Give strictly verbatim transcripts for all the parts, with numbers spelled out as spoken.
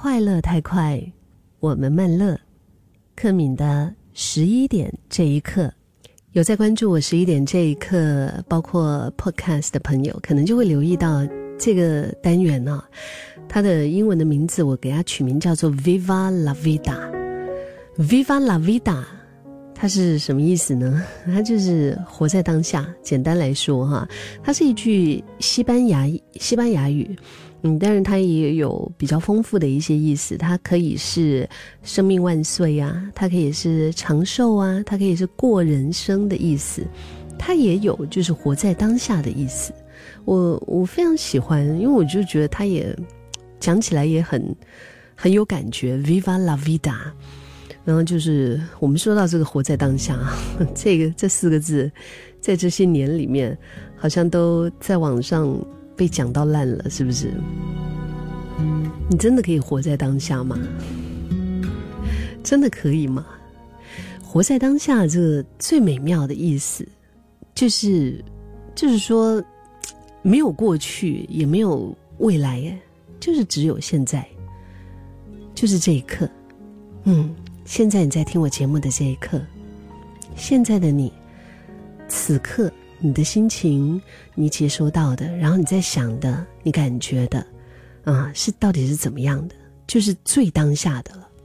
快乐太快，我们慢乐。克敏的十一点这一刻，有在关注我十一点这一刻包括 podcast 的朋友可能就会留意到这个单元啊，它的英文的名字我给它取名叫做 Viva la Vida。 Viva la Vida 它是什么意思呢？它就是活在当下。简单来说哈，它是一句西班牙西班牙语，嗯，但是它也有比较丰富的一些意思。它可以是生命万岁啊，它可以是长寿啊，它可以是过人生的意思，它也有就是活在当下的意思。我我非常喜欢，因为我就觉得它也讲起来也很很有感觉。 Viva la Vida， 然后就是我们说到这个活在当下，这个这四个字在这些年里面好像都在网上被讲到烂了，是不是？你真的可以活在当下吗？真的可以吗？活在当下这个最美妙的意思就是就是说没有过去也没有未来，就是只有现在，就是这一刻。嗯，现在你在听我节目的这一刻，现在的你，此刻你的心情，你接收到的，然后你在想的，你感觉的啊，是到底是怎么样的，就是最当下的了。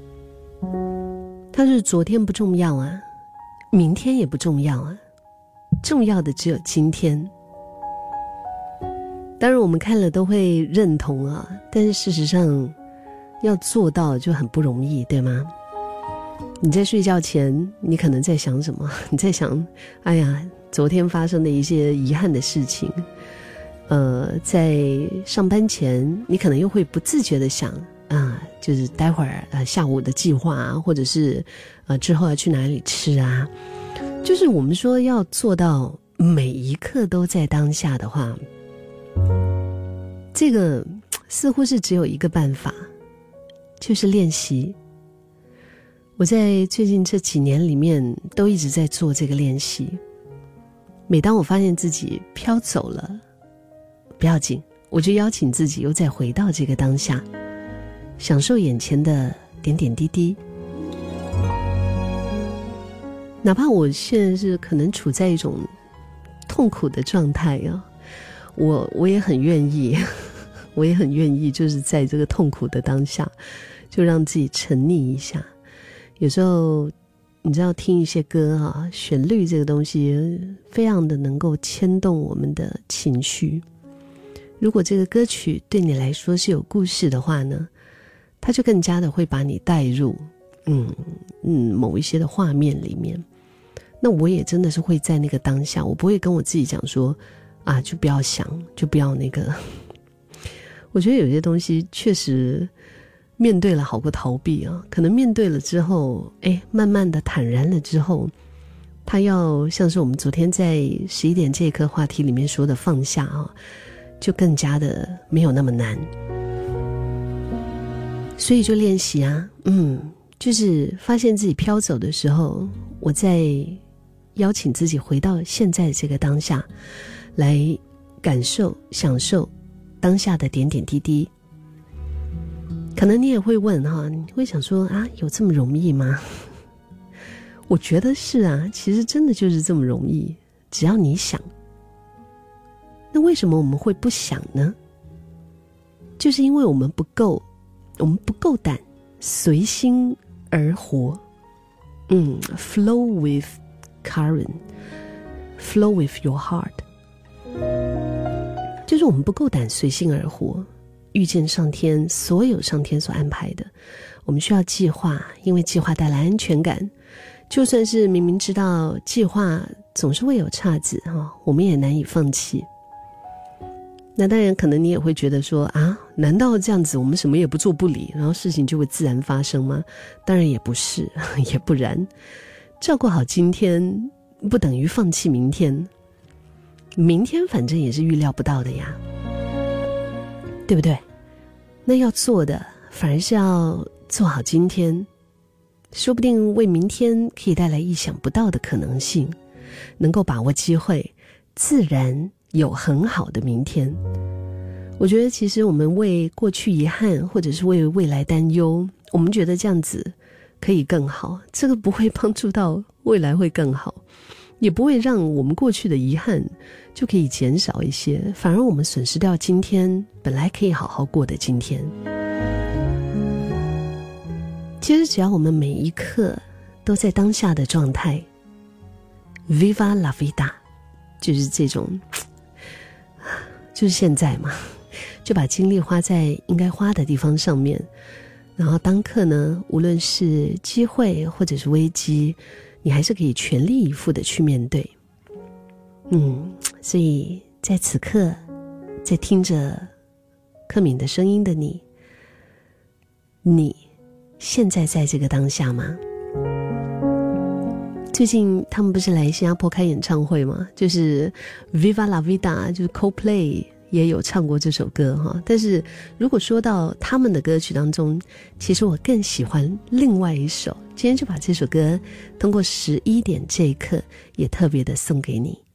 它是昨天不重要啊，明天也不重要啊，重要的只有今天。当然我们看了都会认同啊，但是事实上要做到就很不容易，对吗？你在睡觉前你可能在想什么？你在想哎呀昨天发生的一些遗憾的事情。呃，在上班前你可能又会不自觉的想啊，就是待会儿呃下午的计划啊，或者是呃之后要去哪里吃啊。就是我们说要做到每一刻都在当下的话，这个似乎是只有一个办法，就是练习。我在最近这几年里面都一直在做这个练习。每当我发现自己飘走了，不要紧，我就邀请自己又再回到这个当下，享受眼前的点点滴滴。哪怕我现在是可能处在一种痛苦的状态啊，我我也很愿意我也很愿意就是在这个痛苦的当下就让自己沉溺一下。有时候你知道听一些歌啊，旋律这个东西非常的能够牵动我们的情绪。如果这个歌曲对你来说是有故事的话呢，它就更加的会把你带入嗯嗯某一些的画面里面。那我也真的是会在那个当下，我不会跟我自己讲说啊就不要想，就不要那个。我觉得有些东西确实面对了好过逃避啊，可能面对了之后，哎，慢慢的坦然了之后，它要像是我们昨天在十一点这一刻话题里面说的放下啊，就更加的没有那么难。所以就练习啊，嗯，就是发现自己飘走的时候，我再邀请自己回到现在这个当下，来感受享受当下的点点滴滴。可能你也会问哈，你会想说啊，有这么容易吗？我觉得是啊，其实真的就是这么容易，只要你想。那为什么我们会不想呢？就是因为我们不够，我们不够胆随心而活。嗯 ，flow with current, flow with your heart， 就是我们不够胆随心而活。遇见上天，所有上天所安排的，我们需要计划，因为计划带来安全感。就算是明明知道计划总是会有岔子、哦、我们也难以放弃。那当然可能你也会觉得说啊，难道这样子我们什么也不做不理，然后事情就会自然发生吗？当然也不是，也不然。照顾好今天不等于放弃明天，明天反正也是预料不到的呀，对不对？那要做的反而是要做好今天，说不定为明天可以带来意想不到的可能性，能够把握机会，自然有很好的明天。 我觉得其实我们为过去遗憾，或者是为未来担忧，我们觉得这样子可以更好，这个不会帮助到未来会更好，也不会让我们过去的遗憾就可以减少一些，反而我们损失掉今天本来可以好好过的今天。其实只要我们每一刻都在当下的状态， Viva la vida， 就是这种就是现在嘛，就把精力花在应该花的地方上面，然后当刻呢，无论是机会或者是危机，你还是可以全力以赴的去面对。嗯，所以在此刻，在听着克敏的声音的你，你现在在这个当下吗？最近他们不是来新加坡开演唱会吗？就是 Viva la vida， 就是 Coldplay 也有唱过这首歌哈。但是如果说到他们的歌曲当中，其实我更喜欢另外一首，今天就把这首歌通过十一点这一刻也特别的送给你。